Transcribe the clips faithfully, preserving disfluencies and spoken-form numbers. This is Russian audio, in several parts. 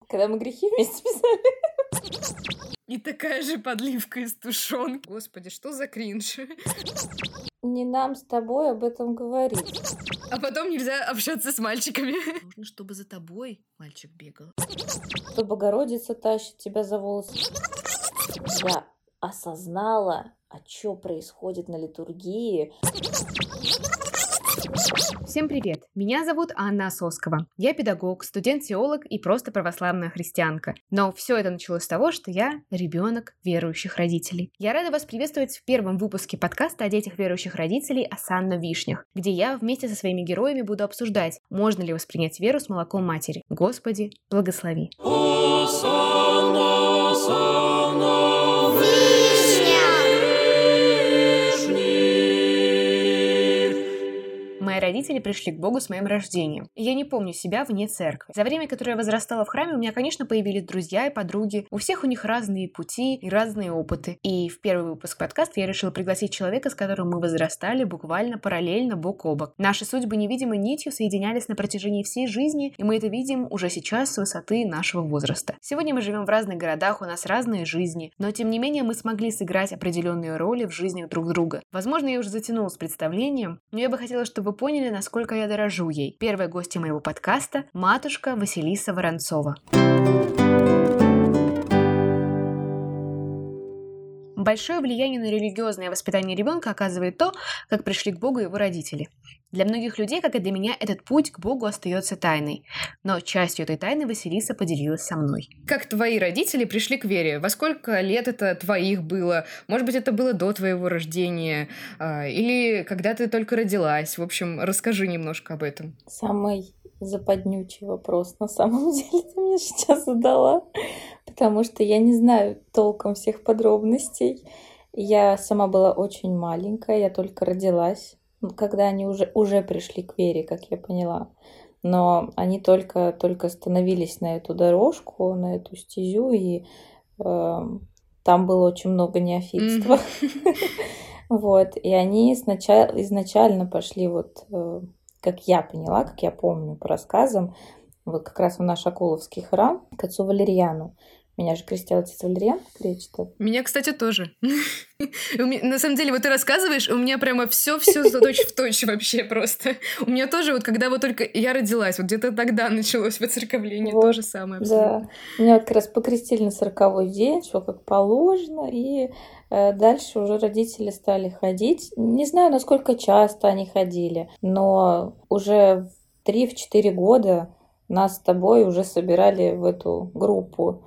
Когда мы грехи вместе писали. И такая же подливка из тушенки. Господи, что за кринж? Не нам с тобой об этом говорить. А потом нельзя общаться с мальчиками. Нужно, чтобы за тобой мальчик бегал. Что Богородица тащит тебя за волосы. Я осознала, а что происходит на литургии. Всем привет! Меня зовут Анна Ососкова. Я педагог, студент-теолог и просто православная христианка. Но все это началось с того, что я ребенок верующих родителей. Я рада вас приветствовать в первом выпуске подкаста о детях верующих родителей «Осанна в вишнях», где я вместе со своими героями буду обсуждать, можно ли воспринять веру с молоком матери. Господи, благослови! Осанна, осанна, Мои родители пришли к Богу с моим рождением. И я не помню себя вне церкви. За время, которое я возрастала в храме, у меня, конечно, появились друзья и подруги. У всех у них разные пути и разные опыты. И в первый выпуск подкаста я решила пригласить человека, с которым мы возрастали буквально параллельно, бок о бок. Наши судьбы невидимой нитью соединялись на протяжении всей жизни, и мы это видим уже сейчас с высоты нашего возраста. Сегодня мы живем в разных городах, у нас разные жизни, но тем не менее мы смогли сыграть определенные роли в жизнях друг друга. Возможно, я уже затянула с представлением, но я бы хотела, чтобы вы поняли, насколько я дорожу ей. Первая гостья моего подкаста – матушка Василиса Воронцова. Большое влияние на религиозное воспитание ребенка оказывает то, как пришли к Богу его родители. Для многих людей, как и для меня, этот путь к Богу остается тайной. Но частью этой тайны Василиса поделилась со мной. Как твои родители пришли к вере? Во сколько лет это твоих было? Может быть, это было до твоего рождения? Или когда ты только родилась? В общем, расскажи немножко об этом. Самый западнючий вопрос на самом деле ты мне сейчас задала, потому что я не знаю толком всех подробностей. Я сама была очень маленькая, я только родилась, когда они уже, уже пришли к вере, как я поняла. Но они только, только становились на эту дорожку, на эту стезю, и э, там было очень много неофитства. Вот, и они сначала, изначально пошли вот... как я поняла, как я помню по рассказам, вот как раз в наш Акуловский храм к отцу Валерьяну. Меня же крестил отец Валерьян кречет. Меня, кстати, тоже. На самом деле, вот ты рассказываешь, у меня прямо все-все точь в точь вообще просто. У меня тоже, вот когда вот только я родилась, вот где-то тогда началось воцерковление, то же самое. Да, меня вот как раз покрестили на сороковой день, что как положено, и дальше уже родители стали ходить. Не знаю, насколько часто они ходили, но уже в три-четыре года нас с тобой уже собирали в эту группу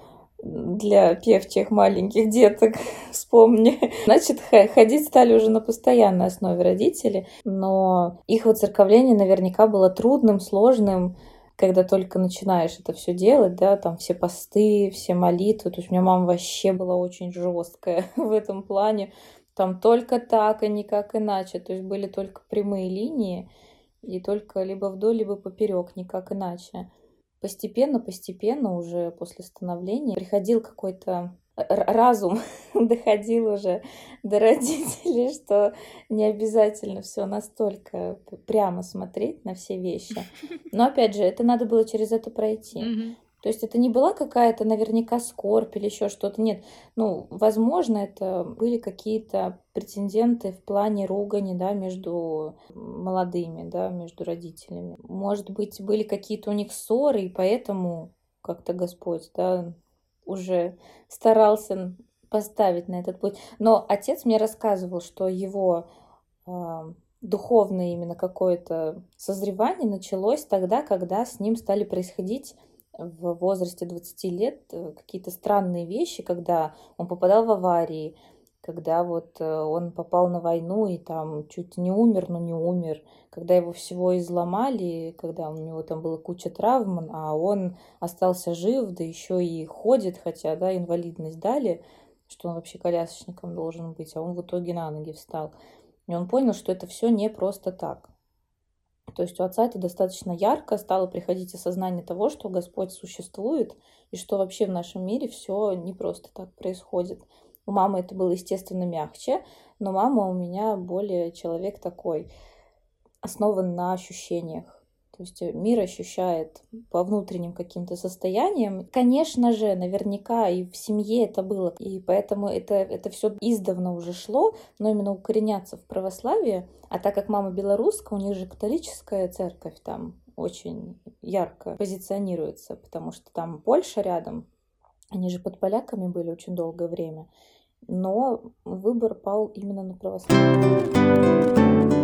для певчих маленьких деток, вспомни. Значит, ходить стали уже на постоянной основе родители, но их воцерковление наверняка было трудным, сложным, когда только начинаешь это все делать, да, там все посты, все молитвы. То есть у меня мама вообще была очень жесткая в этом плане. Там только так, а никак иначе. То есть были только прямые линии, и только либо вдоль, либо поперек, никак иначе. Постепенно, постепенно уже после становления приходил какой-то разум, доходил уже до родителей, что не обязательно все настолько прямо смотреть на все вещи. Но опять же, это надо было через это пройти. Mm-hmm. То есть это не была какая-то наверняка скорбь или еще что-то. Нет, ну, возможно, это были какие-то прецеденты в плане ругани, да, между молодыми, да, между родителями. Может быть, были какие-то у них ссоры, и поэтому как-то Господь, да, уже старался поставить на этот путь. Но отец мне рассказывал, что его э, духовное именно какое-то созревание началось тогда, когда с ним стали происходить в возрасте двадцати лет какие-то странные вещи, когда он попадал в аварии, когда вот он попал на войну и там чуть не умер, но не умер, когда его всего изломали, когда у него там была куча травм, а он остался жив, да еще и ходит, хотя, да, инвалидность дали, что он вообще колясочником должен быть, а он в итоге на ноги встал. И он понял, что это все не просто так. То есть у отца это достаточно ярко стало приходить осознание того, что Господь существует и что вообще в нашем мире все не просто так происходит. У мамы это было, естественно, мягче, но мама у меня более человек такой, основан на ощущениях. То есть мир ощущает по внутренним каким-то состояниям. Конечно же, наверняка и в семье это было. И поэтому это, это все издавна уже шло, но именно укореняться в православии. А так как мама белорусская, у них же католическая церковь там очень ярко позиционируется, потому что там Польша рядом. Они же под поляками были очень долгое время. Но выбор пал именно на православие.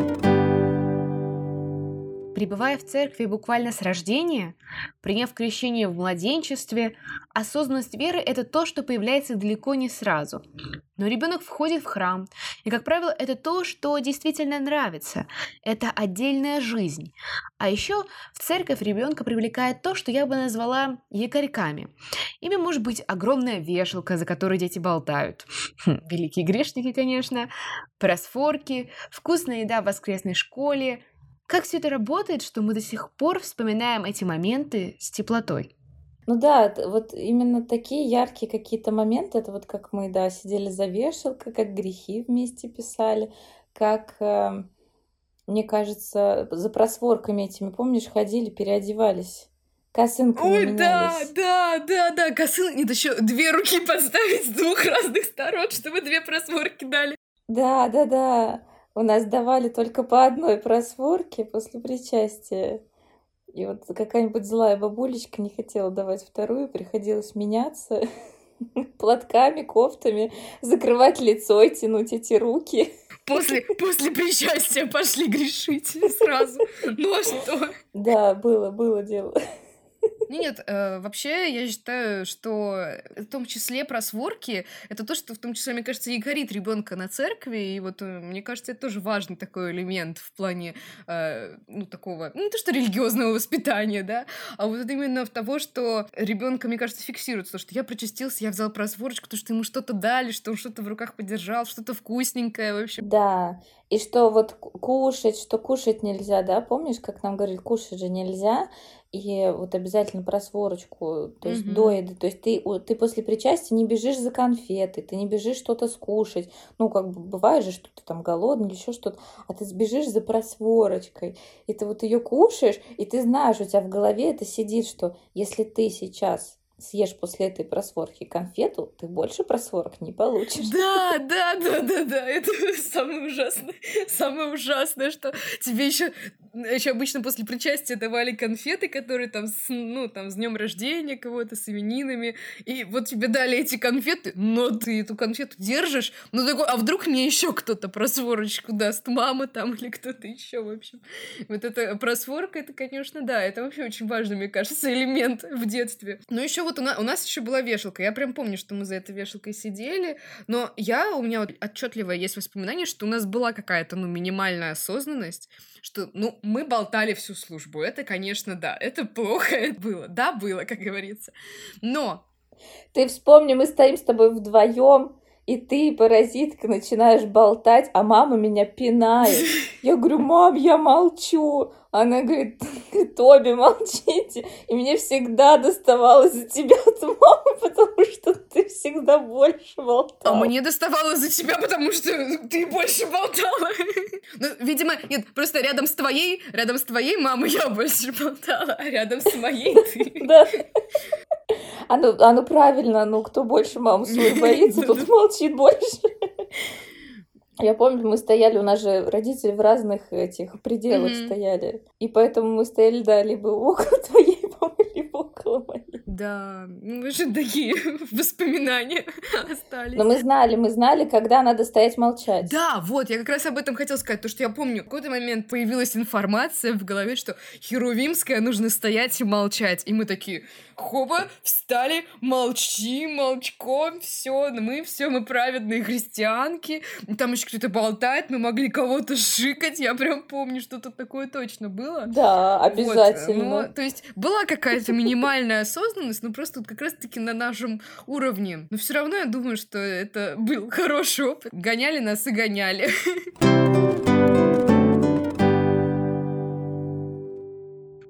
Пребывая в церкви буквально с рождения, приняв крещение в младенчестве, осознанность веры – это то, что появляется далеко не сразу. Но ребенок входит в храм, и, как правило, это то, что действительно нравится. Это отдельная жизнь. А еще в церковь ребенка привлекает то, что я бы назвала якорьками. Ими может быть огромная вешалка, за которой дети болтают. Хм, великие грешники, конечно. Просфорки, вкусная еда в воскресной школе. Как все это работает, что мы до сих пор вспоминаем эти моменты с теплотой? Ну да, вот именно такие яркие какие-то моменты, это вот как мы, да, сидели за вешалкой, как грехи вместе писали, как, э, мне кажется, за просворками этими, помнишь, ходили, переодевались, косынками Ой, менялись. да, да, да, да, косынки, нет, еще две руки подставить с двух разных сторон, чтобы две просворки дали. Да, да, да. У нас давали только по одной просворке после причастия. И вот какая-нибудь злая бабулечка не хотела давать вторую, приходилось меняться платками, кофтами, закрывать лицо и тянуть эти руки. После, после причастия пошли грешить сразу. Ну а что? Да, было, было дело. Нет, э, вообще я считаю, что в том числе просворки это то, что в том числе, мне кажется, якорит ребенка на церкви. И вот э, мне кажется, это тоже важный такой элемент в плане э, ну, такого, ну, не то, что религиозного воспитания, да, а вот именно в того, что ребенка, мне кажется, фиксируется, что я причастился, я взял просворочку, потому что ему что-то дали, что он что-то в руках подержал, что-то вкусненькое, в общем. Да, и что вот ку- кушать, что кушать нельзя, да, помнишь, как нам говорили, кушать же нельзя, и вот обязательно просворочку, то есть до Мгм. еды, то есть ты, у- ты после причастия не бежишь за конфетой, ты не бежишь что-то скушать, ну, как бы бывает же, что ты там голодный или еще что-то, а ты бежишь за просворочкой, и ты вот ее кушаешь, и ты знаешь, у тебя в голове это сидит, что если ты сейчас съешь после этой просворки конфету, ты больше просворок не получишь. Да, да, да, да, да, это самое ужасное, самое ужасное, что тебе еще, еще обычно после причастия давали конфеты, которые там, с, ну, там, с днем рождения кого-то, с именинами, и вот тебе дали эти конфеты, но ты эту конфету держишь, ну такой, а вдруг мне еще кто-то просворочку даст, мама там или кто-то еще, в общем. Вот эта просворка, это, конечно, да, это вообще очень важный, мне кажется, элемент в детстве. Но еще вот у нас, у нас еще была вешалка. Я прям помню, что мы за этой вешалкой сидели. Но я, у меня вот отчетливо есть воспоминание, что у нас была какая-то, ну, минимальная осознанность, что, ну, мы болтали всю службу. Это, конечно, да, это плохо это было. Да, было, как говорится. Но Ты вспомни, мы стоим с тобой вдвоем, и ты, паразитка, начинаешь болтать, а мама меня пинает. Я говорю, мам, я молчу. Она говорит, обе молчите. И мне всегда доставалось за тебя от мамы, потому что ты всегда больше болтала. А мне доставало за тебя, потому что ты больше болтала. Ну, видимо, нет, просто рядом с твоей, рядом с твоей мамой я больше болтала, а рядом с моей ты. Да. А ну, а ну правильно, ну кто больше маму свою боится, тот молчит больше. Я помню, мы стояли, у нас же родители в разных этих пределах Мгм. стояли. И поэтому мы стояли, да, либо около твоей мамы, либо около моей. Да, ну, очень такие воспоминания остались. Но мы знали, мы знали, когда надо стоять молчать. Да, вот, я как раз об этом хотела сказать, то, что я помню, в какой-то момент появилась информация в голове, что Херувимская нужно стоять и молчать, и мы такие, хоба, встали, молчим, молчком, все, мы все, мы праведные христианки, там еще кто-то болтает, мы могли кого-то шикать, я прям помню, что-то такое точно было. Да, Вот, обязательно. ну, то есть была какая-то минимальная осознанность, но просто вот как раз-таки на нашем уровне. Но все равно я думаю, что это был хороший опыт. Гоняли нас и гоняли.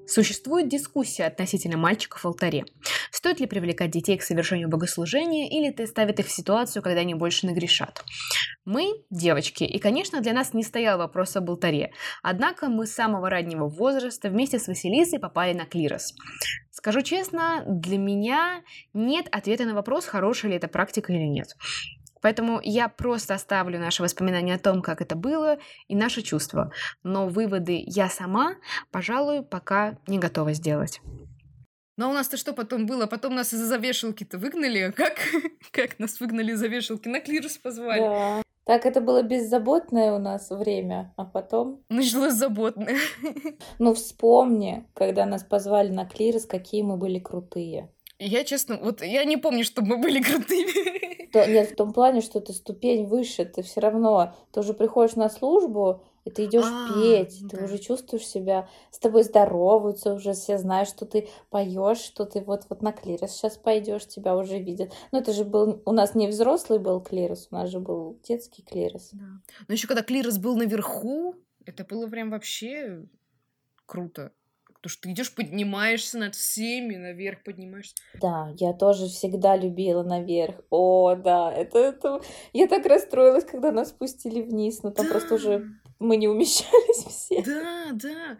Существует дискуссия относительно мальчиков в алтаре. Стоит ли привлекать детей к совершению богослужения, или это ставит их в ситуацию, когда они больше нагрешат? Мы – девочки, и, конечно, для нас не стоял вопрос об алтаре. Однако мы с самого раннего возраста вместе с Василисой попали на клирос. Скажу честно, для меня нет ответа на вопрос, хорошая ли это практика или нет. Поэтому я просто оставлю наши воспоминания о том, как это было, и наши чувства. Но выводы я сама, пожалуй, пока не готова сделать. Ну а у нас-то что потом было? Потом нас из-за вешалки-то выгнали. Как? Как нас выгнали из-за вешалки? На клирос позвали. Да. Так это было беззаботное у нас время, а потом... Началось заботное. Ну, вспомни, когда нас позвали на клирос, какие мы были крутые. Я, честно, вот я не помню, чтобы мы были крутыми. То, нет, в том плане, что ты ступень выше, ты все равно, ты уже приходишь на службу, и ты идешь А, петь, да. ты уже чувствуешь себя, с тобой здороваются уже, все знают, что ты поешь, что ты вот, вот на клирос сейчас пойдешь, тебя уже видят. Ну, это же был, у нас не взрослый был клирос, у нас же был детский клирос. Да. Но еще когда клирос был наверху, это было прям вообще круто. Потому что ты идешь, поднимаешься над всеми, наверх поднимаешься. Да, я тоже всегда любила наверх. О, да, это, это... Я так расстроилась, когда нас спустили вниз, но там Да. просто уже мы не умещались все. Да, да.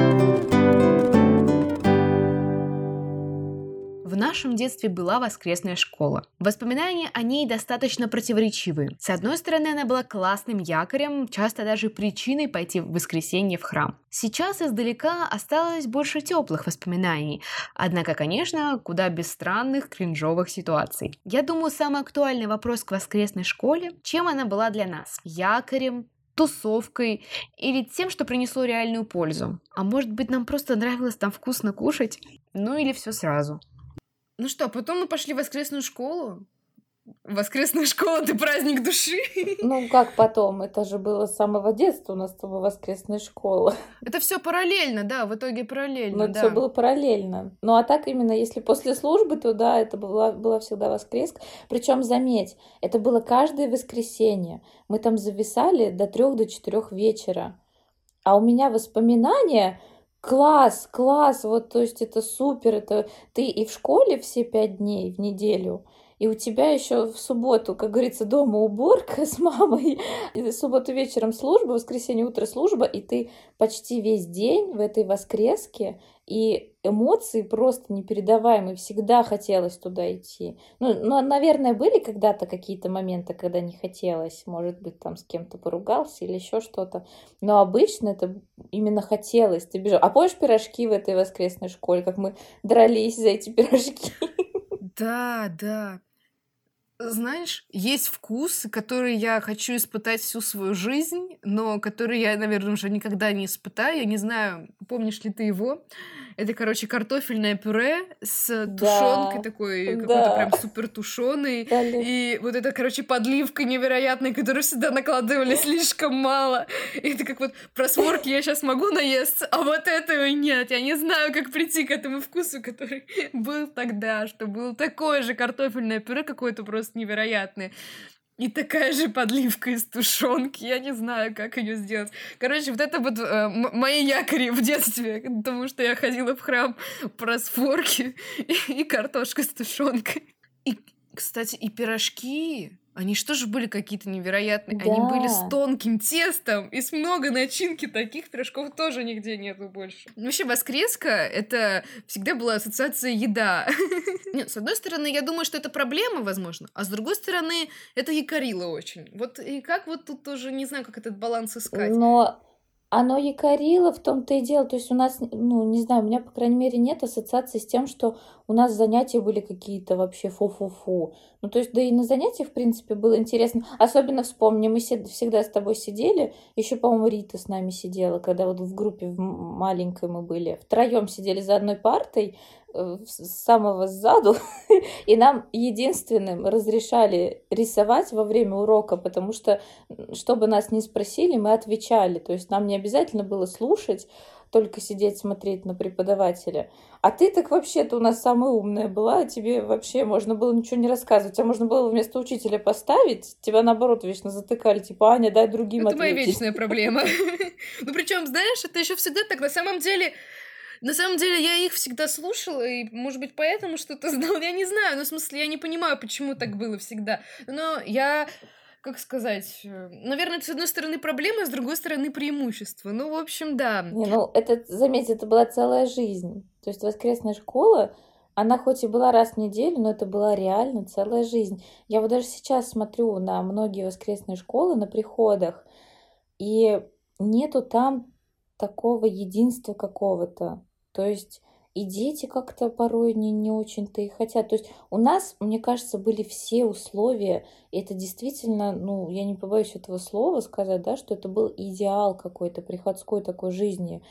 В нашем детстве была воскресная школа. Воспоминания о ней достаточно противоречивые. С одной стороны, она была классным якорем, часто даже причиной пойти в воскресенье в храм. Сейчас издалека осталось больше теплых воспоминаний, однако, конечно, куда без странных, кринжовых ситуаций. Я думаю, самый актуальный вопрос к воскресной школе – чем она была для нас? Якорем, тусовкой или тем, что принесло реальную пользу? А может быть, нам просто нравилось там вкусно кушать? Ну или все сразу? Ну что, потом мы пошли в воскресную школу. Воскресная школа — это праздник души. Ну, как потом? Это же было с самого детства у нас с тобой воскресная школа. Это все параллельно, да, в итоге параллельно, Но это да. все было параллельно. Ну, а так именно, если после службы, то да, это была, была всегда воскреска. Причем, заметь, это было каждое воскресенье. Мы там зависали до трех, до четырех вечера. А у меня воспоминания... Класс, класс, вот, то есть это супер, это ты и в школе все пять дней в неделю, и у тебя еще в субботу, как говорится, дома уборка с мамой, и в субботу вечером служба, в воскресенье утро служба, и ты почти весь день в этой воскреске, и эмоции просто непередаваемые, всегда хотелось туда идти. Ну, ну, наверное, были когда-то какие-то моменты, когда не хотелось, может быть, там с кем-то поругался или еще что-то, но обычно это именно хотелось, ты бежал. А помнишь пирожки в этой воскресной школе, как мы дрались за эти пирожки? Да, да. Знаешь, есть вкус, который я хочу испытать всю свою жизнь, но который я, наверное, уже никогда не испытаю. Я не знаю, помнишь ли ты его? Это, короче, картофельное пюре с тушенкой Да, такой, какой-то да. прям супер тушеный. Дали. И вот это, короче, подливка невероятная, которую всегда накладывали слишком мало. И это как вот про сворки я сейчас могу наесться, а вот этого нет. Я не знаю, как прийти к этому вкусу, который был тогда, что было такое же картофельное пюре какое-то просто невероятное. И такая же подливка из тушенки. Я не знаю, как ее сделать. Короче, вот это вот э, м- мои якори в детстве, потому что я ходила в храм про сворки и, и картошку с тушенкой. И, кстати, и пирожки, они что же были какие-то невероятные. Да. Они были с тонким тестом и с много начинки. Таких пирожков тоже нигде нету больше. Вообще, воскреска — это всегда была ассоциация еда. Нет, с одной стороны, я думаю, что это проблема, возможно, а с другой стороны, это якорило очень. Вот и как вот тут тоже не знаю, как этот баланс искать. Но оно якорило, в том-то и дело. То есть у нас, ну, не знаю, у меня, по крайней мере, нет ассоциации с тем, что у нас занятия были какие-то вообще фу-фу-фу. Ну, то есть, да и на занятиях, в принципе, было интересно. Особенно вспомни, мы се- всегда с тобой сидели, еще, по-моему, Рита с нами сидела, когда вот в группе в м- маленькой мы были. Втроем сидели за одной партой, э, с с самого сзаду, и нам единственным разрешали рисовать во время урока, потому что, м, чтобы нас не спросили, мы отвечали. То есть нам не обязательно было слушать, только сидеть, смотреть на преподавателя. А ты так вообще-то у нас самая умная была, тебе вообще можно было ничего не рассказывать. Тебя можно было вместо учителя поставить, тебя, наоборот, вечно затыкали. Типа, Аня, дай другим Это моя ответить. вечная проблема. Ну, причем, знаешь, это еще всегда так. На самом деле, На самом деле, я их всегда слушала, и, может быть, поэтому что-то знала, я не знаю. Ну, в смысле, я не понимаю, почему так было всегда. Но я, как сказать, э, наверное, это, с одной стороны, проблема, а с другой стороны, преимущество. Ну, в общем, да. Не, ну, это, заметьте, это была целая жизнь. То есть воскресная школа, она хоть и была раз в неделю, но это была реально целая жизнь. Я вот даже сейчас смотрю на многие воскресные школы на приходах, и нету там такого единства какого-то. То есть и дети как-то порой не, не очень-то и хотят. То есть у нас, мне кажется, были все условия, и это действительно, ну, я не побоюсь этого слова сказать, да, что это был идеал какой-то приходской такой жизни,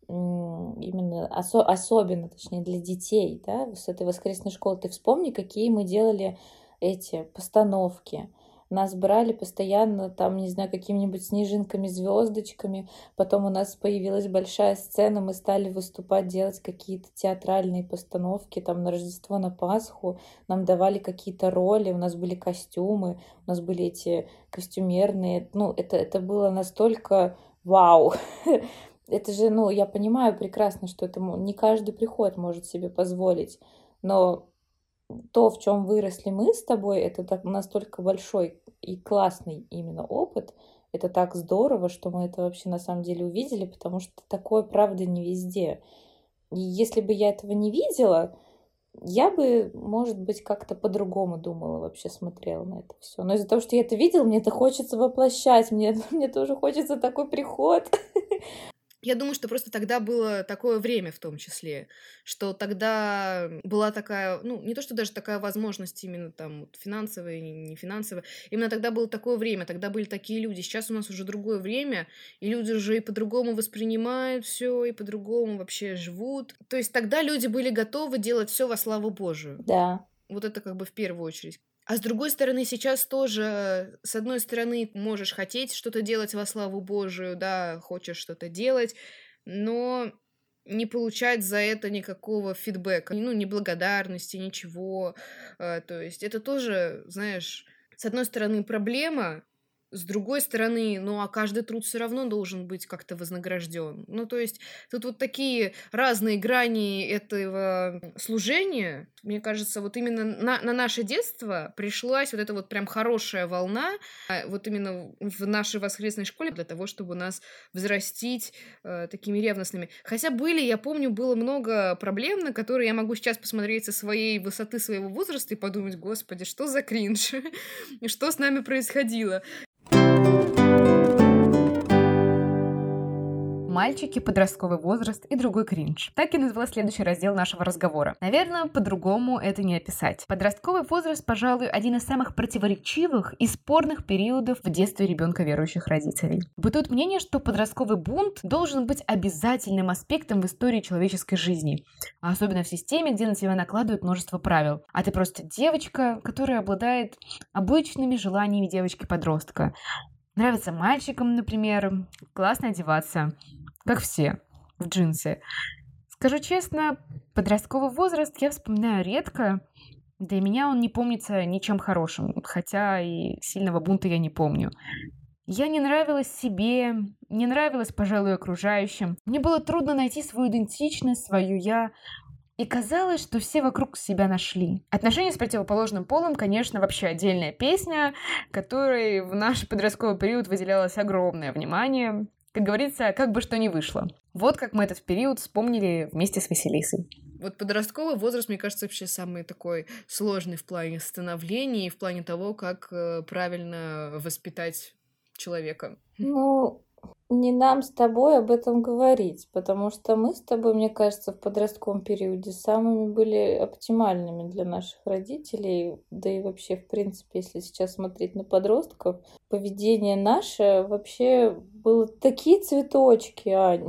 м, именно осо- особенно, точнее, для детей, да, с этой воскресной школы. Ты вспомни, какие мы делали эти постановки. Нас брали постоянно там, не знаю, какими-нибудь снежинками, звездочками. Потом у нас появилась большая сцена, мы стали выступать, делать какие-то театральные постановки там на Рождество, на Пасху. Нам давали какие-то роли, у нас были костюмы, у нас были эти костюмерные. Ну, это, это было настолько вау. Это же, ну, я понимаю прекрасно, что это мо- не каждый приход может себе позволить, но то, в чем выросли мы с тобой, это так настолько большой и классный именно опыт. Это так здорово, что мы это вообще на самом деле увидели, потому что такое, правда, не везде. И если бы я этого не видела, я бы, может быть, как-то по-другому думала, вообще смотрела на это все. Но из-за того, что я это видела, мне это хочется воплощать, мне, мне тоже хочется такой приход. Я думаю, что просто тогда было такое время в том числе, что тогда была такая, ну, не то, что даже такая возможность именно там вот финансовая, не не финансовая, именно тогда было такое время, тогда были такие люди. Сейчас у нас уже другое время, и люди уже и по-другому воспринимают все, и по-другому вообще живут. То есть тогда люди были готовы делать все во славу Божию. Да, Вот это как бы в первую очередь. А с другой стороны, сейчас тоже, с одной стороны, можешь хотеть что-то делать во славу Божию, да, хочешь что-то делать, но не получать за это никакого фидбэка, ну, ни благодарности, ничего. Э, То есть это тоже, знаешь, с одной стороны, проблема, с другой стороны, ну, а каждый труд все равно должен быть как-то вознагражден. Ну, то есть тут вот такие разные грани этого служения. Мне кажется, вот именно на, на наше детство пришлась вот эта вот прям хорошая волна, а, вот именно в нашей воскресной школе для того, чтобы нас взрастить э, такими ревностными. Хотя были, я помню, было много проблем, на которые я могу сейчас посмотреть со своей высоты своего возраста и подумать, господи, что за кринж, и что с нами происходило. Мальчики, подростковый возраст и другой кринж. Так я назвала следующий раздел нашего разговора. Наверное, по-другому это не описать. Подростковый возраст, пожалуй, один из самых противоречивых и спорных периодов в детстве ребенка верующих родителей. Бытует мнение, что подростковый бунт должен быть обязательным аспектом в истории человеческой жизни, а особенно в системе, где на тебя накладывают множество правил. А ты просто девочка, которая обладает обычными желаниями девочки-подростка. Нравится мальчикам, например, классно одеваться, как все, в джинсы. Скажу честно, подростковый возраст я вспоминаю редко. Для меня он не помнится ничем хорошим, хотя и сильного бунта я не помню. Я не нравилась себе, не нравилась, пожалуй, окружающим. Мне было трудно найти свою идентичность, свою «я». И казалось, что все вокруг себя нашли. Отношения с противоположным полом, конечно, вообще отдельная песня, которой в наш подростковый период выделялось огромное внимание. Как говорится, как бы что ни вышло. Вот как мы этот период вспомнили вместе с Василисой. Вот подростковый возраст, мне кажется, вообще самый такой сложный в плане становления и в плане того, как э, правильно воспитать человека. ну, не нам с тобой об этом говорить, потому что мы с тобой, мне кажется, в подростковом периоде самыми были оптимальными для наших родителей, да и вообще, в принципе, если сейчас смотреть на подростков, поведение наше вообще было такие цветочки, Ань.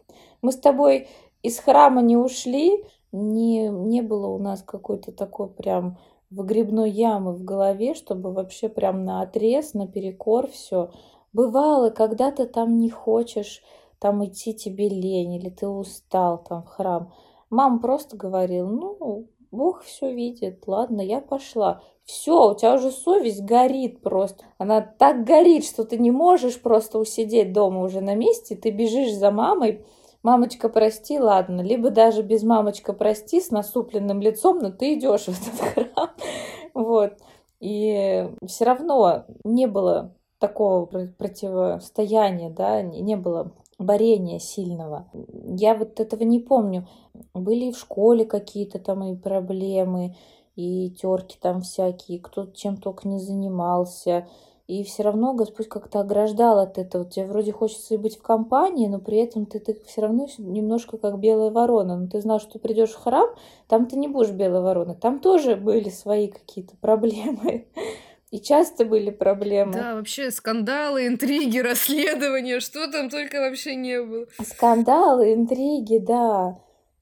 Мы с тобой из храма не ушли, не, не было у нас какой-то такой прям выгребной ямы в голове, чтобы вообще прям наотрез, наперекор все. Бывало, когда ты там не хочешь там идти, тебе лень, или ты устал там в храм. Мама просто говорила, ну, Бог все видит, ладно, я пошла. Все, у тебя уже совесть горит просто. Она так горит, что ты не можешь просто усидеть дома уже на месте, ты бежишь за мамой, мамочка, прости, ладно, либо даже без мамочка, прости, с насупленным лицом, но ты идешь в этот храм. Вот. И все равно не было такого противостояния, да, не было борения сильного. Я вот этого не помню. Были и в школе какие-то там и проблемы, и терки там всякие, кто чем только не занимался. И все равно Господь как-то ограждал от этого. Тебе вроде хочется и быть в компании, но при этом ты, ты все равно немножко как белая ворона. Но ты знал, что ты придешь в храм, там ты не будешь белой вороной. Там тоже были свои какие-то проблемы. И часто были проблемы. Да, вообще скандалы, интриги, расследования, что там только вообще не было. Скандалы, интриги, да.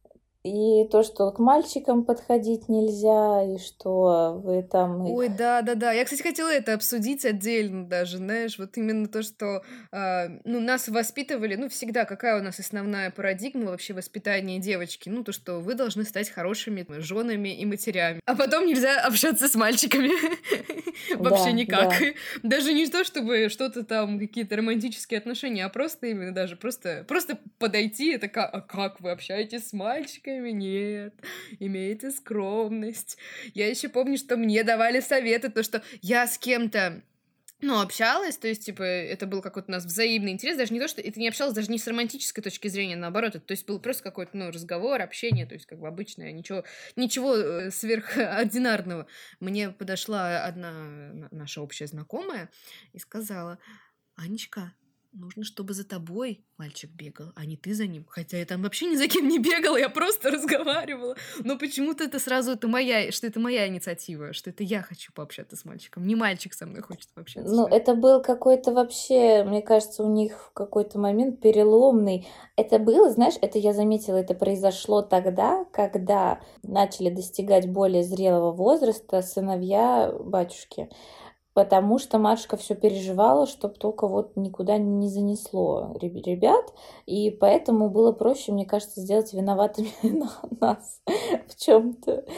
И то, что к мальчикам подходить нельзя, и что вы там... их- Ой, да, да, да. Я, кстати, хотела это обсудить отдельно даже, знаешь, вот именно то, что а, ну, нас воспитывали, ну, всегда, какая у нас основная парадигма вообще воспитания девочки? Ну, то, что вы должны стать хорошими женами и матерями. А потом нельзя общаться с мальчиками. Вообще Да, никак. да. Даже не то, чтобы что-то там, какие-то романтические отношения, а просто именно даже просто, просто подойти, это как, а как вы общаетесь с мальчиками? Нет, имейте скромность. Я еще помню, что мне давали советы, то, что я с кем-то, ну, общалась, то есть, типа, это был какой-то у нас взаимный интерес, даже не то, что это не общалась даже не с романтической точки зрения, наоборот, это, то есть, был просто какой-то, ну, разговор, общение, то есть, как бы обычное, ничего, ничего э, сверхординарного. Мне подошла одна на- наша общая знакомая и сказала: Анечка, нужно, чтобы за тобой мальчик бегал, а не ты за ним. Хотя я там вообще ни за кем не бегала, я просто разговаривала. Но почему-то это сразу это моя, что это моя инициатива, что это я хочу пообщаться с мальчиком. Не мальчик со мной хочет пообщаться. Ну, что ли. это был какой-то вообще, мне кажется, у них в какой-то момент переломный. Это было, знаешь, это я заметила, это произошло тогда, когда начали достигать более зрелого возраста сыновья батюшки. Потому что матушка все переживала, чтобы только вот никуда не занесло реб- ребят, и поэтому было проще, мне кажется, сделать виноватыми на- нас в чем-то.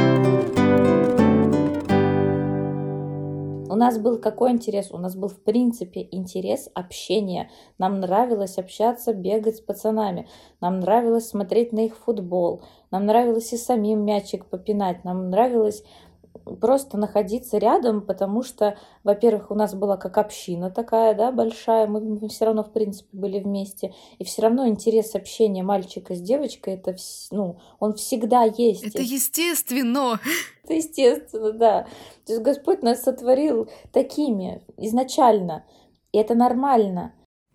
У нас был какой интерес? У нас был, в принципе, интерес общения. Нам нравилось общаться, бегать с пацанами. Нам нравилось смотреть на их футбол. Нам нравилось и самим мячик попинать. Нам нравилось просто находиться рядом, потому что, во-первых, у нас была как община такая, да, большая, мы, мы все равно, в принципе, были вместе, и все равно интерес общения мальчика с девочкой, это, вс- ну, он всегда есть. Это естественно. Это естественно, да. То есть Господь нас сотворил такими изначально, и это нормально.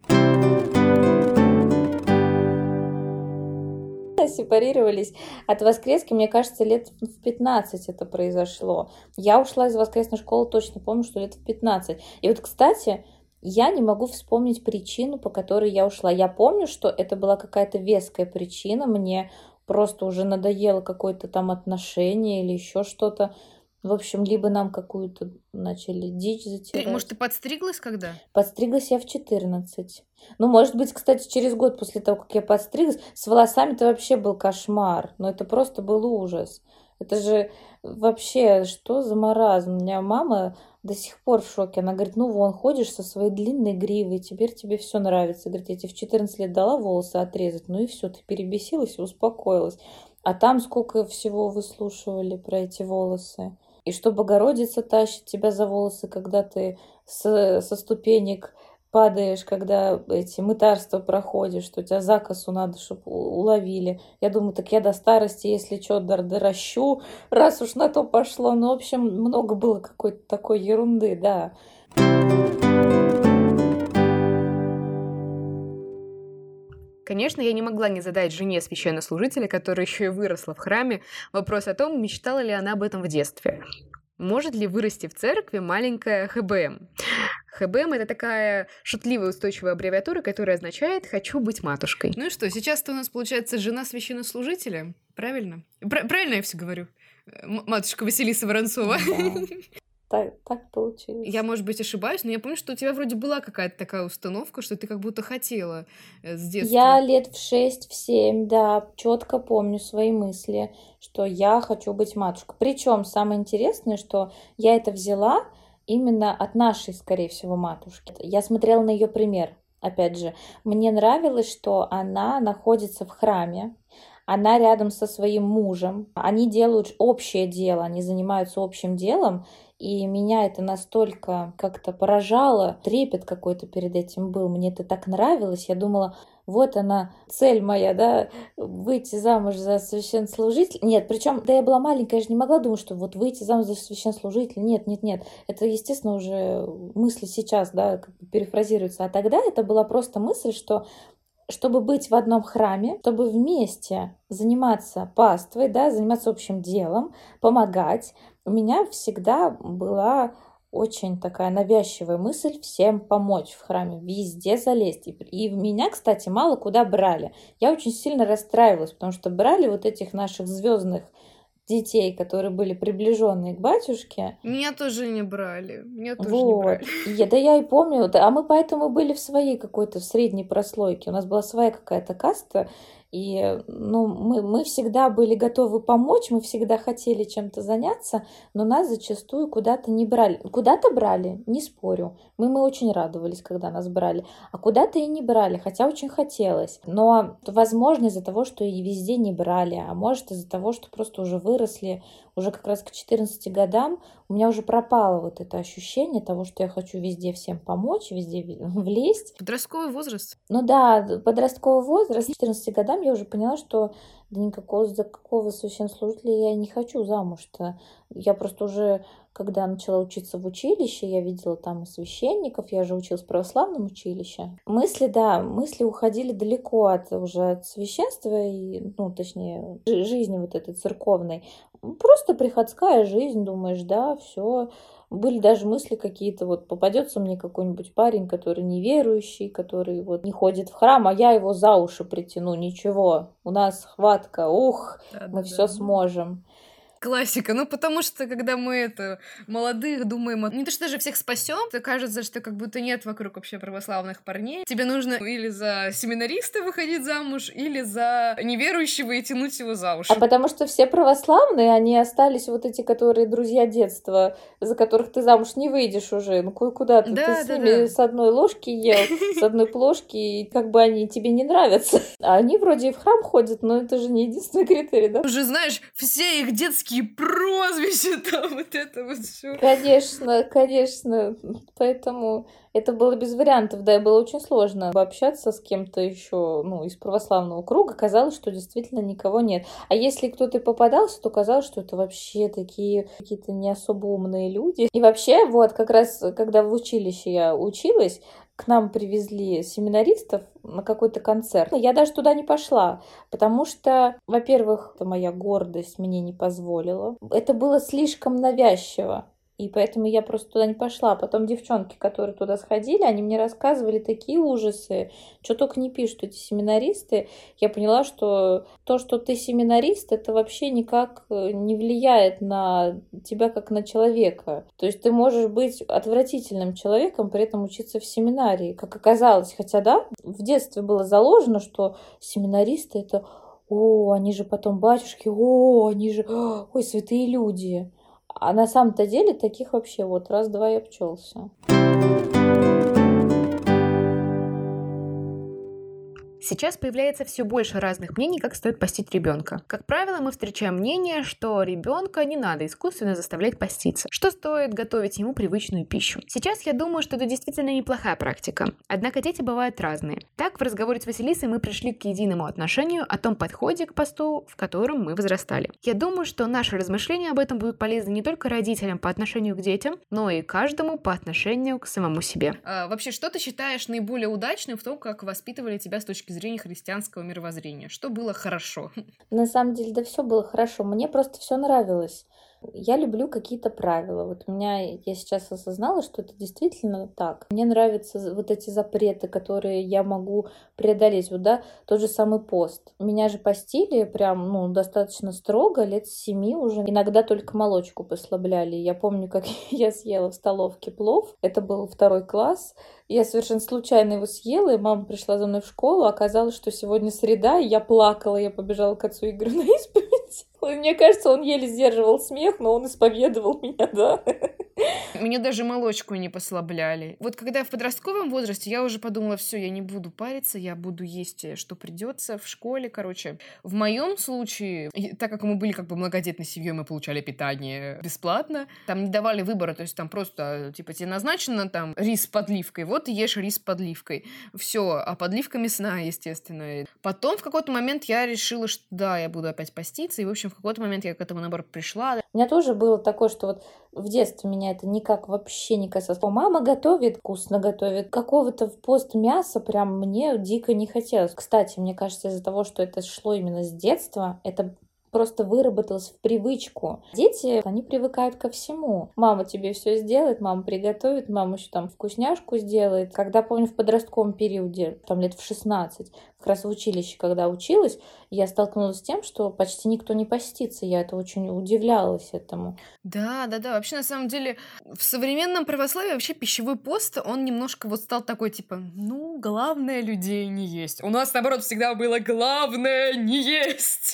Сепарировались от воскрески, мне кажется, лет в пятнадцать это произошло. Я ушла из воскресной школы, точно помню, что лет в пятнадцать. И вот, кстати, я не могу вспомнить причину, по которой я ушла. Я помню, что это была какая-то веская причина, мне просто уже надоело какое-то там отношение или еще что-то. В общем, либо нам какую-то начали дичь Ты, затирать. может, ты подстриглась когда? Подстриглась я в четырнадцать. Ну, может быть, кстати, через год после того, как я подстриглась, с волосами-то вообще был кошмар. Но это просто был ужас. Это же вообще что за маразм? У меня мама до сих пор в шоке. Она говорит, ну вон, ходишь со своей длинной гривой, теперь тебе все нравится. Говорит, я тебе в четырнадцать лет дала волосы отрезать, ну и все, ты перебесилась и успокоилась. А там сколько всего выслушивали про эти волосы. И что Богородица тащит тебя за волосы, когда ты с, со ступенек падаешь, когда эти мытарства проходишь, что тебя за косу надо, чтобы уловили. Я думаю, так я до старости, если что, доращу, раз уж на то пошло. Ну, в общем, много было какой-то такой ерунды, да. Конечно, я не могла не задать жене священнослужителя, которая еще и выросла в храме, вопрос о том, мечтала ли она об этом в детстве. Может ли вырасти в церкви маленькая ха бэ эм? ха бэ эм — это такая шутливая устойчивая аббревиатура, которая означает «хочу быть матушкой». Ну и что, сейчас-то у нас получается жена священнослужителя, правильно? Пр- правильно я все говорю? М- матушка Василиса Воронцова. Да. Так, так получилось. Я, может быть, ошибаюсь, но я помню, что у тебя вроде была какая-то такая установка, что ты как будто хотела э, с детства. Я лет в шесть, в семь, да, четко помню свои мысли, что я хочу быть матушкой. Причем самое интересное, что я это взяла именно от нашей, скорее всего, матушки. Я смотрела на ее пример. опять же, мне нравилось, что она находится в храме, она рядом со своим мужем, они делают общее дело, они занимаются общим делом, и меня это настолько как-то поражало, трепет какой-то перед этим был, мне это так нравилось, я думала, вот она, цель моя, да, выйти замуж за священнослужителя. Нет, причем, да я была маленькая, я же не могла думать, что вот выйти замуж за священнослужителя. Нет, нет, нет. Это, естественно, уже мысли сейчас, да, как бы перефразируются. А тогда это была просто мысль, что чтобы быть в одном храме, чтобы вместе заниматься паствой, да, заниматься общим делом, помогать, у меня всегда была очень такая навязчивая мысль всем помочь в храме, везде залезть. И, и меня, кстати, мало куда брали. Я очень сильно расстраивалась, потому что брали вот этих наших звездных детей, которые были приближенные к батюшке. Меня тоже не брали. Меня тоже вот. не брали. Я, да я и помню. А мы поэтому были в своей какой-то в средней прослойке. У нас была своя какая-то каста. И ну, мы, мы всегда были готовы помочь, мы всегда хотели чем-то заняться, но нас зачастую куда-то не брали. Куда-то брали, не спорю. Мы, мы очень радовались, когда нас брали. А куда-то и не брали, хотя очень хотелось. Но, возможно, из-за того, что и везде не брали, а может из-за того, что просто уже выросли, уже как раз к четырнадцати годам, у меня уже пропало вот это ощущение того, что я хочу везде всем помочь, везде влезть. Подростковый возраст. Ну да, подростковый возраст. К четырнадцати годам я уже поняла, что да никакого, за какого священнослужителя я не хочу замуж-то. Я просто уже, когда начала учиться в училище, я видела там и священников, я же училась в православном училище. Мысли, да, мысли уходили далеко от уже от священства, и, ну, точнее, жизни вот этой церковной. Просто приходская жизнь, думаешь, да, все. Были даже мысли какие-то, вот попадется мне какой-нибудь парень, который неверующий, который вот не ходит в храм, а я его за уши притяну, ничего, у нас хватка, ух, да, мы да, все да. сможем. Классика. Ну, потому что, когда мы это молодых думаем, не то, что даже всех спасем, то кажется, что как будто нет вокруг вообще православных парней. Тебе нужно или за семинариста выходить замуж, или за неверующего и тянуть его за уши. А потому что все православные, они остались вот эти, которые друзья детства, за которых ты замуж не выйдешь уже. Ну, куда ты? Да, ты с да, ними да. с одной ложки ел, с одной плошки, и как бы они тебе не нравятся. А они вроде и в храм ходят, но это же не единственный критерий, да? Уже знаешь, все их детские прозвища, там вот это вот все. Конечно, конечно. Поэтому это было без вариантов, да, и было очень сложно общаться с кем-то еще, ну, из православного круга. Казалось, что действительно никого нет. А если кто-то и попадался, то казалось, что это вообще такие какие-то не особо умные люди. И вообще, вот, как раз, когда в училище я училась, к нам привезли семинаристов на какой-то концерт. Я даже туда не пошла, потому что, во-первых, это моя гордость мне не позволила. Это было слишком навязчиво. И поэтому я просто туда не пошла. Потом девчонки, которые туда сходили, они мне рассказывали такие ужасы, что только не пишут эти семинаристы. Я поняла, что то, что ты семинарист, это вообще никак не влияет на тебя как на человека. То есть ты можешь быть отвратительным человеком, при этом учиться в семинарии, как оказалось. Хотя, да, в детстве было заложено, что семинаристы это... О, они же потом батюшки, о, они же... Ой, святые люди. А на самом-то деле таких вообще вот раз-два и обчелся. Сейчас появляется все больше разных мнений, как стоит постить ребенка. Как правило, мы встречаем мнение, что ребенка не надо искусственно заставлять поститься, что стоит готовить ему привычную пищу. Сейчас я думаю, что это действительно неплохая практика. Однако дети бывают разные. Так, в разговоре с Василисой мы пришли к единому отношению о том подходе к посту, в котором мы возрастали. Я думаю, что наши размышления об этом будут полезны не только родителям по отношению к детям, но и каждому по отношению к самому себе. А, вообще, что ты считаешь наиболее удачным в том, как воспитывали тебя с точки зрения христианского мировоззрения? Что было хорошо? На самом деле, да все было хорошо. Мне просто все нравилось. Я люблю какие-то правила. Вот у меня, я сейчас осознала, что это действительно так. Мне нравятся вот эти запреты, которые я могу преодолеть. Вот, да, тот же самый пост. Меня же постили прям, ну, достаточно строго, лет с семи уже. Иногда только молочку послабляли. Я помню, как я съела в столовке плов. Это был второй класс. Я совершенно случайно его съела, и мама пришла за мной в школу. Оказалось, что сегодня среда, и я плакала. Я побежала к отцу и говорю, на исповедь. Мне кажется, он еле сдерживал смех, но он исповедовал меня, да. Меня даже молочку не послабляли. Вот когда в подростковом возрасте, я уже подумала, все, я не буду париться, я буду есть, что придется в школе, короче. В моем случае, так как мы были как бы многодетной семьей, мы получали питание бесплатно, там не давали выбора, то есть там просто, типа, тебе назначено там рис с подливкой, вот ты ешь рис с подливкой. Все, а подливка мясная, естественно. Потом в какой-то момент я решила, что да, я буду опять поститься, и, в общем, в какой-то момент я к этому, наоборот, пришла. У меня тоже было такое, что вот в детстве меня это никак вообще не касалось. Мама готовит, вкусно готовит. Какого-то в пост мяса прям мне дико не хотелось. Кстати, мне кажется, из-за того, что это шло именно с детства, это просто выработалось в привычку. Дети, они привыкают ко всему. Мама тебе все сделает, мама приготовит, мама еще там вкусняшку сделает. Когда, помню, в подростковом периоде, там лет в шестнадцать, как раз в училище, когда училась, я столкнулась с тем, что почти никто не постится. Я это очень удивлялась этому. Да, да, да. Вообще, на самом деле, в современном православии вообще пищевой пост, он немножко вот стал такой, типа, ну, главное людей не есть. У нас, наоборот, всегда было главное не есть.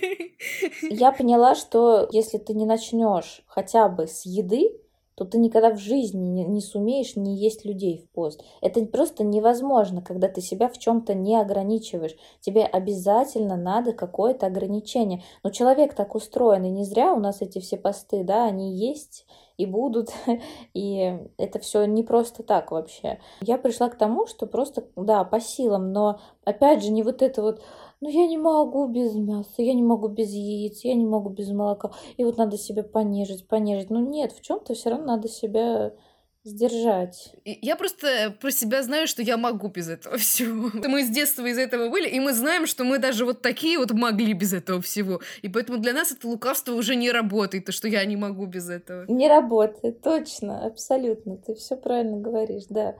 Я поняла, что если ты не начнешь хотя бы с еды, то ты никогда в жизни не, не сумеешь не есть людей в пост. Это просто невозможно, когда ты себя в чем-то не ограничиваешь. Тебе обязательно надо какое-то ограничение. Но человек так устроен, и не зря у нас эти все посты, да, они есть и будут, и это все не просто так вообще. Я пришла к тому, что просто, да, по силам, но опять же не вот это вот, ну я не могу без мяса, я не могу без яиц, я не могу без молока, и вот надо себя понижить, понижить. Ну нет, в чем-то все равно надо себя сдержать. Я просто про себя знаю, что я могу без этого всего. Мы с детства из этого были, и мы знаем, что мы даже вот такие вот могли без этого всего. И поэтому для нас это лукавство уже не работает, то, что я не могу без этого. Не работает, точно, абсолютно. Ты все правильно говоришь, да.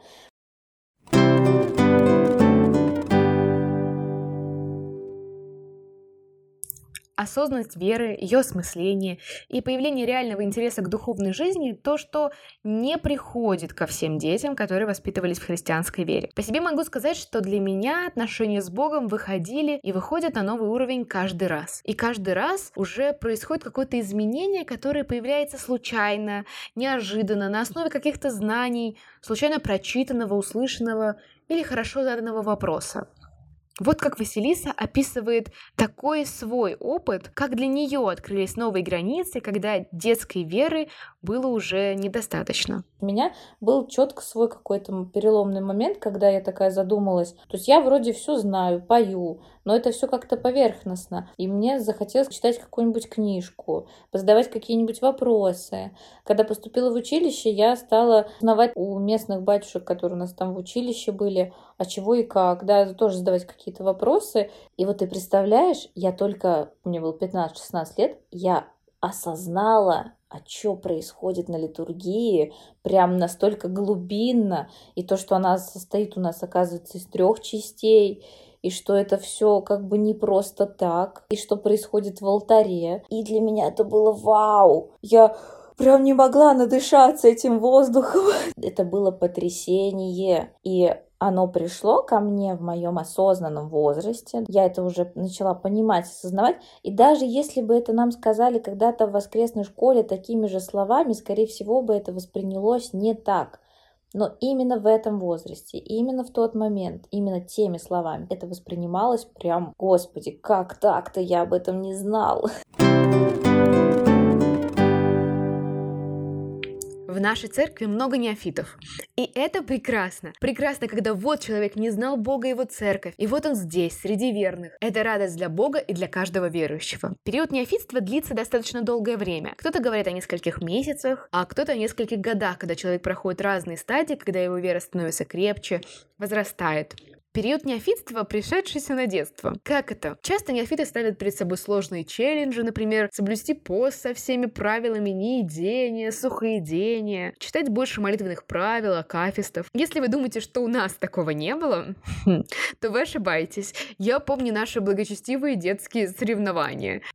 Осознанность веры, ее осмысление и появление реального интереса к духовной жизни – то, что не приходит ко всем детям, которые воспитывались в христианской вере. По себе могу сказать, что для меня отношения с Богом выходили и выходят на новый уровень каждый раз. И каждый раз уже происходит какое-то изменение, которое появляется случайно, неожиданно, на основе каких-то знаний, случайно прочитанного, услышанного или хорошо заданного вопроса. Вот как Василиса описывает такой свой опыт, как для нее открылись новые границы, когда детской веры было уже недостаточно. У меня был четко свой какой-то переломный момент, когда я такая задумалась. То есть я вроде все знаю, пою, но это все как-то поверхностно. И мне захотелось читать какую-нибудь книжку, задавать какие-нибудь вопросы. Когда поступила в училище, я стала узнавать у местных батюшек, которые у нас там в училище были, а чего и как, да, тоже задавать какие-то вопросы. И вот ты представляешь, я только, мне было пятнадцать-шестнадцать лет, я осознала, а что происходит на литургии, прям настолько глубинно, и то, что она состоит у нас, оказывается, из трех частей, и что это все как бы не просто так, и что происходит в алтаре. И для меня это было вау! Я прям не могла надышаться этим воздухом. Это было потрясение. И оно пришло ко мне в моем осознанном возрасте. Я это уже начала понимать, осознавать. И даже если бы это нам сказали когда-то в воскресной школе такими же словами, скорее всего бы это воспринялось не так. Но именно в этом возрасте, именно в тот момент, именно теми словами это воспринималось прям, Господи, как так-то, я об этом не знал. В нашей церкви много неофитов. И это прекрасно. Прекрасно, когда вот человек не знал Бога и его церковь, и вот он здесь, среди верных. Это радость для Бога и для каждого верующего. Период неофитства длится достаточно долгое время. Кто-то говорит о нескольких месяцах, а кто-то о нескольких годах, когда человек проходит разные стадии, когда его вера становится крепче, возрастает. Период неофитства, пришедшийся на детство. Как это? Часто неофиты ставят перед собой сложные челленджи, например, соблюсти пост со всеми правилами неедения, сухоедения, читать больше молитвенных правил, акафистов. Если вы думаете, что у нас такого не было, то вы ошибаетесь. Я помню наши благочестивые детские соревнования.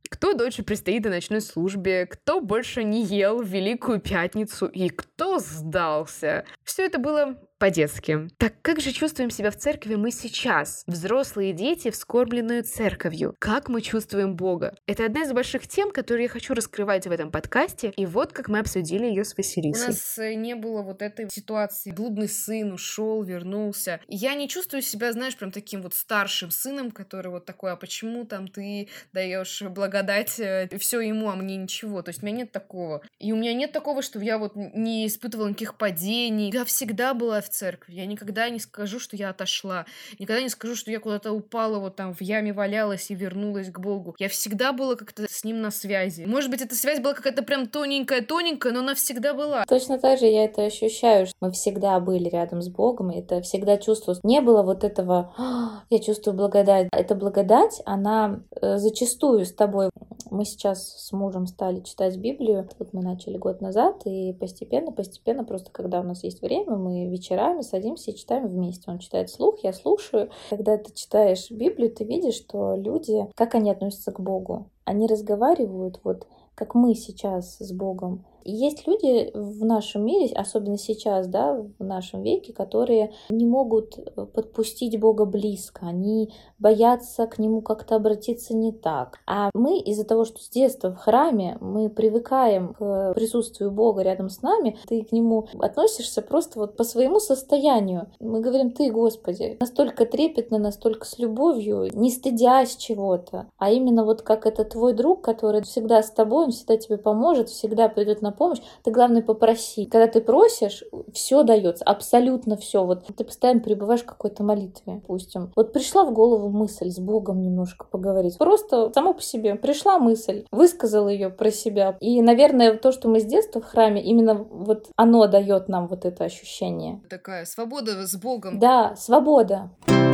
кто дольше предстоит на ночной службе, кто больше не ел в Великую Пятницу и кто сдался. Все это было по-детски. Так как же чувствуем себя в церкви мы сейчас? Взрослые дети, вскормленные церковью. Как мы чувствуем Бога? Это одна из больших тем, которые я хочу раскрывать в этом подкасте, и вот как мы обсудили ее с Василисой. У нас не было вот этой ситуации. Блудный сын ушел, вернулся. И я не чувствую себя, знаешь, прям таким вот старшим сыном, который вот такой, а почему там ты даешь благодать все ему, а мне ничего? То есть у меня нет такого. И у меня нет такого, что я вот не испытывала никаких падений. Я всегда была в церкви. Я никогда не скажу, что я отошла. Никогда не скажу, что я куда-то упала, вот там в яме валялась и вернулась к Богу. Я всегда была как-то с ним на связи. Может быть, эта связь была какая-то прям тоненькая-тоненькая, но она всегда была. Точно так же я это ощущаю, что мы всегда были рядом с Богом, и это всегда чувствовалось. Не было вот этого «я чувствую благодать». Эта благодать, она э, зачастую с тобой. Мы сейчас с мужем стали читать Библию. Вот мы начали год назад, и постепенно, постепенно, просто когда у нас есть время, мы вечерами садимся и читаем вместе. Он читает вслух, я слушаю. Когда ты читаешь Библию, ты видишь, что люди, как они относятся к Богу. Они разговаривают вот как мы сейчас с Богом. И есть люди в нашем мире, особенно сейчас, да, в нашем веке, которые не могут подпустить Бога близко, они боятся к Нему как-то обратиться не так. А мы из-за того, что с детства в храме мы привыкаем к присутствию Бога рядом с нами, ты к Нему относишься просто вот по своему состоянию. Мы говорим «Ты, Господи», настолько трепетно, настолько с любовью, не стыдясь чего-то, а именно вот как это твой друг, который всегда с тобой, он всегда тебе поможет, всегда придет на помощь. Ты, главное, попроси. Когда ты просишь, все дается, абсолютно все. Вот ты постоянно пребываешь в какой-то молитве, допустим. Вот пришла в голову мысль с Богом немножко поговорить. Просто само по себе пришла мысль, высказал ее про себя. И, наверное, то, что мы с детства в храме, именно вот оно дает нам вот это ощущение. Такая свобода с Богом. Да, свобода.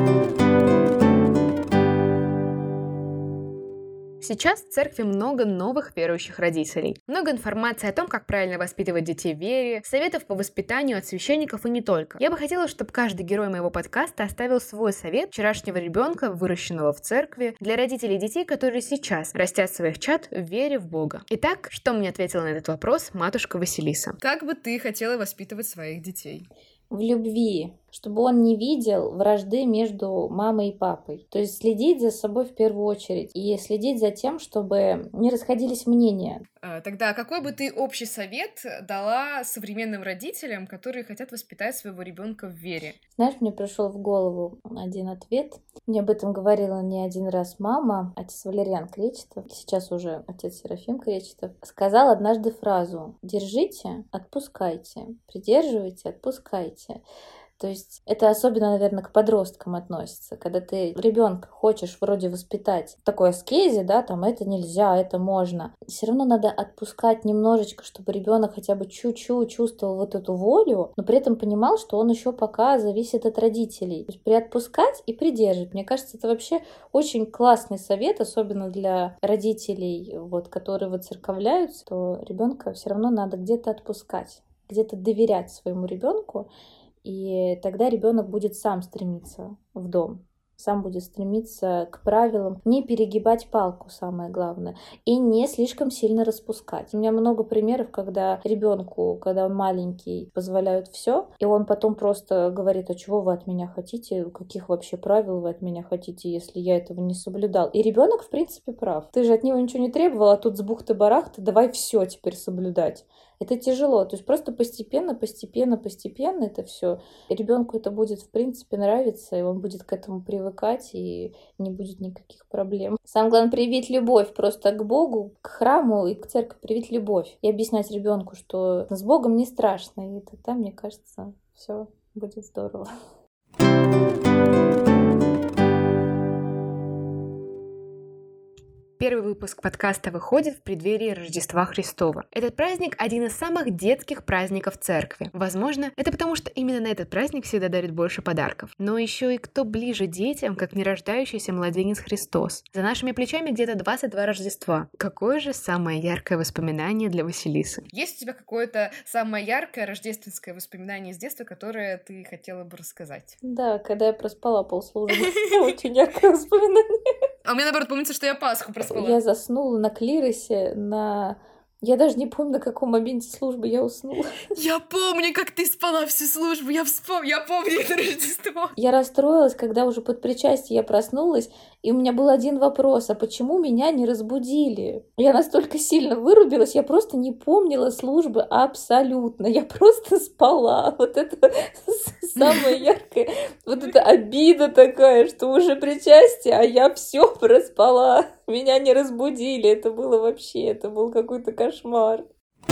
Сейчас в церкви много новых верующих родителей. Много информации о том, как правильно воспитывать детей в вере, советов по воспитанию от священников и не только. Я бы хотела, чтобы каждый герой моего подкаста оставил свой совет вчерашнего ребенка, выращенного в церкви, для родителей детей, которые сейчас растят своих чад в вере в Бога. Итак, что мне ответила на этот вопрос матушка Василиса? Как бы ты хотела воспитывать своих детей? В любви, чтобы он не видел вражды между мамой и папой. То есть следить за собой в первую очередь и следить за тем, чтобы не расходились мнения. Тогда какой бы ты общий совет дала современным родителям, которые хотят воспитать своего ребенка в вере? Знаешь, мне пришел в голову один ответ. Мне об этом говорила не один раз мама, отец Валериан Кречетов, сейчас уже отец Серафим Кречетов, сказал однажды фразу: «Держите, отпускайте, придерживайте, отпускайте». То есть это особенно, наверное, к подросткам относится. Когда ты ребенка хочешь вроде воспитать в такой аскезе, да, там это нельзя, это можно. Все равно надо отпускать немножечко, чтобы ребенок хотя бы чуть-чуть чувствовал вот эту волю, но при этом понимал, что он еще пока зависит от родителей. То есть приотпускать и придерживать. Мне кажется, это вообще очень классный совет, особенно для родителей, вот, которые выцерковляются, то ребенка все равно надо где-то отпускать, где-то доверять своему ребенку. И тогда ребенок будет сам стремиться в дом, сам будет стремиться к правилам, не перегибать палку, самое главное, и не слишком сильно распускать. У меня много примеров, когда ребенку, когда он маленький, позволяют все, и он потом просто говорит: а чего вы от меня хотите, каких вообще правил вы от меня хотите, если я этого не соблюдал. И ребенок, в принципе, прав. Ты же от него ничего не требовал, а тут с бухты-барахты давай все теперь соблюдать. Это тяжело, то есть просто постепенно, постепенно, постепенно это все. Ребенку это будет, в принципе, нравиться, и он будет к этому привыкать, и не будет никаких проблем. Самое главное — привить любовь просто к Богу, к храму и к церкви, привить любовь. И объяснять ребенку, что с Богом не страшно, и тогда, мне кажется, все будет здорово. Первый выпуск подкаста выходит в преддверии Рождества Христова. Этот праздник — один из самых детских праздников церкви. Возможно, это потому, что именно на этот праздник всегда дарят больше подарков. Но еще и кто ближе детям, как нерождающийся младенец Христос. За нашими плечами где-то двадцать два Рождества. Какое же самое яркое воспоминание для Василисы? Есть у тебя какое-то самое яркое рождественское воспоминание из детства, которое ты хотела бы рассказать? Да, когда я проспала полслужбы. Очень яркое воспоминание. А у меня, наоборот, помнится, что я Пасху проспала. Я заснула на клиросе, на... Я даже не помню, на каком моменте службы я уснула. Я помню, как ты спала всю службу. Я вспомню, я помню это Рождество. Я расстроилась, когда уже под причастие я проснулась, и у меня был один вопрос: а почему меня не разбудили? Я настолько сильно вырубилась, я просто не помнила службы абсолютно. Я просто спала. Вот это самое яркое. Вот эта обида такая, что уже причастие, а я все проспала. Меня не разбудили. Это было вообще, это был какой-то кошмар.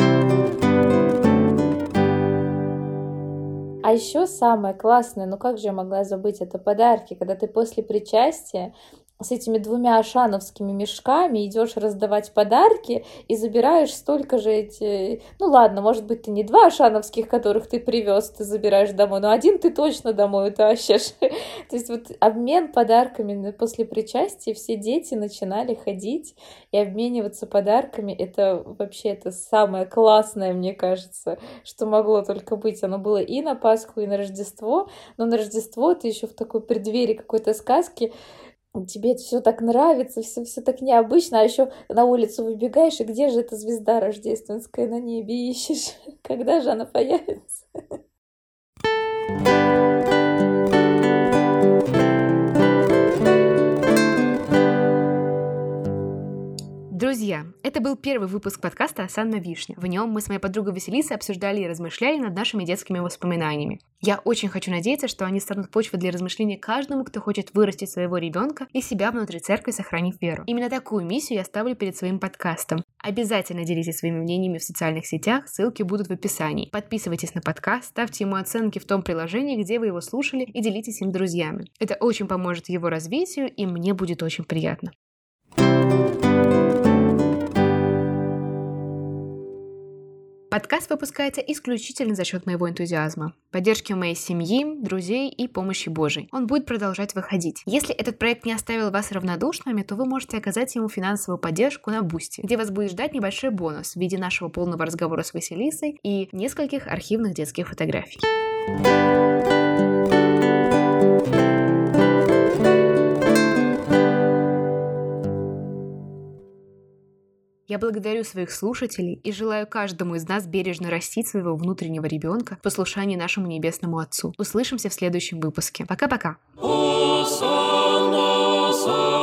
А еще самое классное, ну как же я могла забыть, это подарки, когда ты после причастия с этими двумя ашановскими мешками идешь раздавать подарки и забираешь столько же эти... Ну ладно, может быть, ты не два ашановских, которых ты привез, ты забираешь домой, но один ты точно домой утащишь. То есть вот обмен подарками после причастия, все дети начинали ходить и обмениваться подарками. Это вообще это самое классное, мне кажется, что могло только быть. Оно было и на Пасху, и на Рождество, но на Рождество ты еще в такой преддверии какой-то сказки, тебе все так нравится, все, все так необычно, а еще на улицу выбегаешь, и где же эта звезда рождественская на небе ищешь? Когда же она появится? Друзья, это был первый выпуск подкаста «Осанна Вишня». В нем мы с моей подругой Василисой обсуждали и размышляли над нашими детскими воспоминаниями. Я очень хочу надеяться, что они станут почвой для размышлений каждому, кто хочет вырастить своего ребенка и себя внутри церкви, сохранив веру. Именно такую миссию я ставлю перед своим подкастом. Обязательно делитесь своими мнениями в социальных сетях, ссылки будут в описании. Подписывайтесь на подкаст, ставьте ему оценки в том приложении, где вы его слушали, и делитесь им с друзьями. Это очень поможет его развитию, и мне будет очень приятно. Подкаст выпускается исключительно за счет моего энтузиазма, поддержки моей семьи, друзей и помощи Божией. Он будет продолжать выходить. Если этот проект не оставил вас равнодушными, то вы можете оказать ему финансовую поддержку на Бусти, где вас будет ждать небольшой бонус в виде нашего полного разговора с Василисой и нескольких архивных детских фотографий. Я благодарю своих слушателей и желаю каждому из нас бережно растить своего внутреннего ребенка в послушании нашему Небесному Отцу. Услышимся в следующем выпуске. Пока-пока!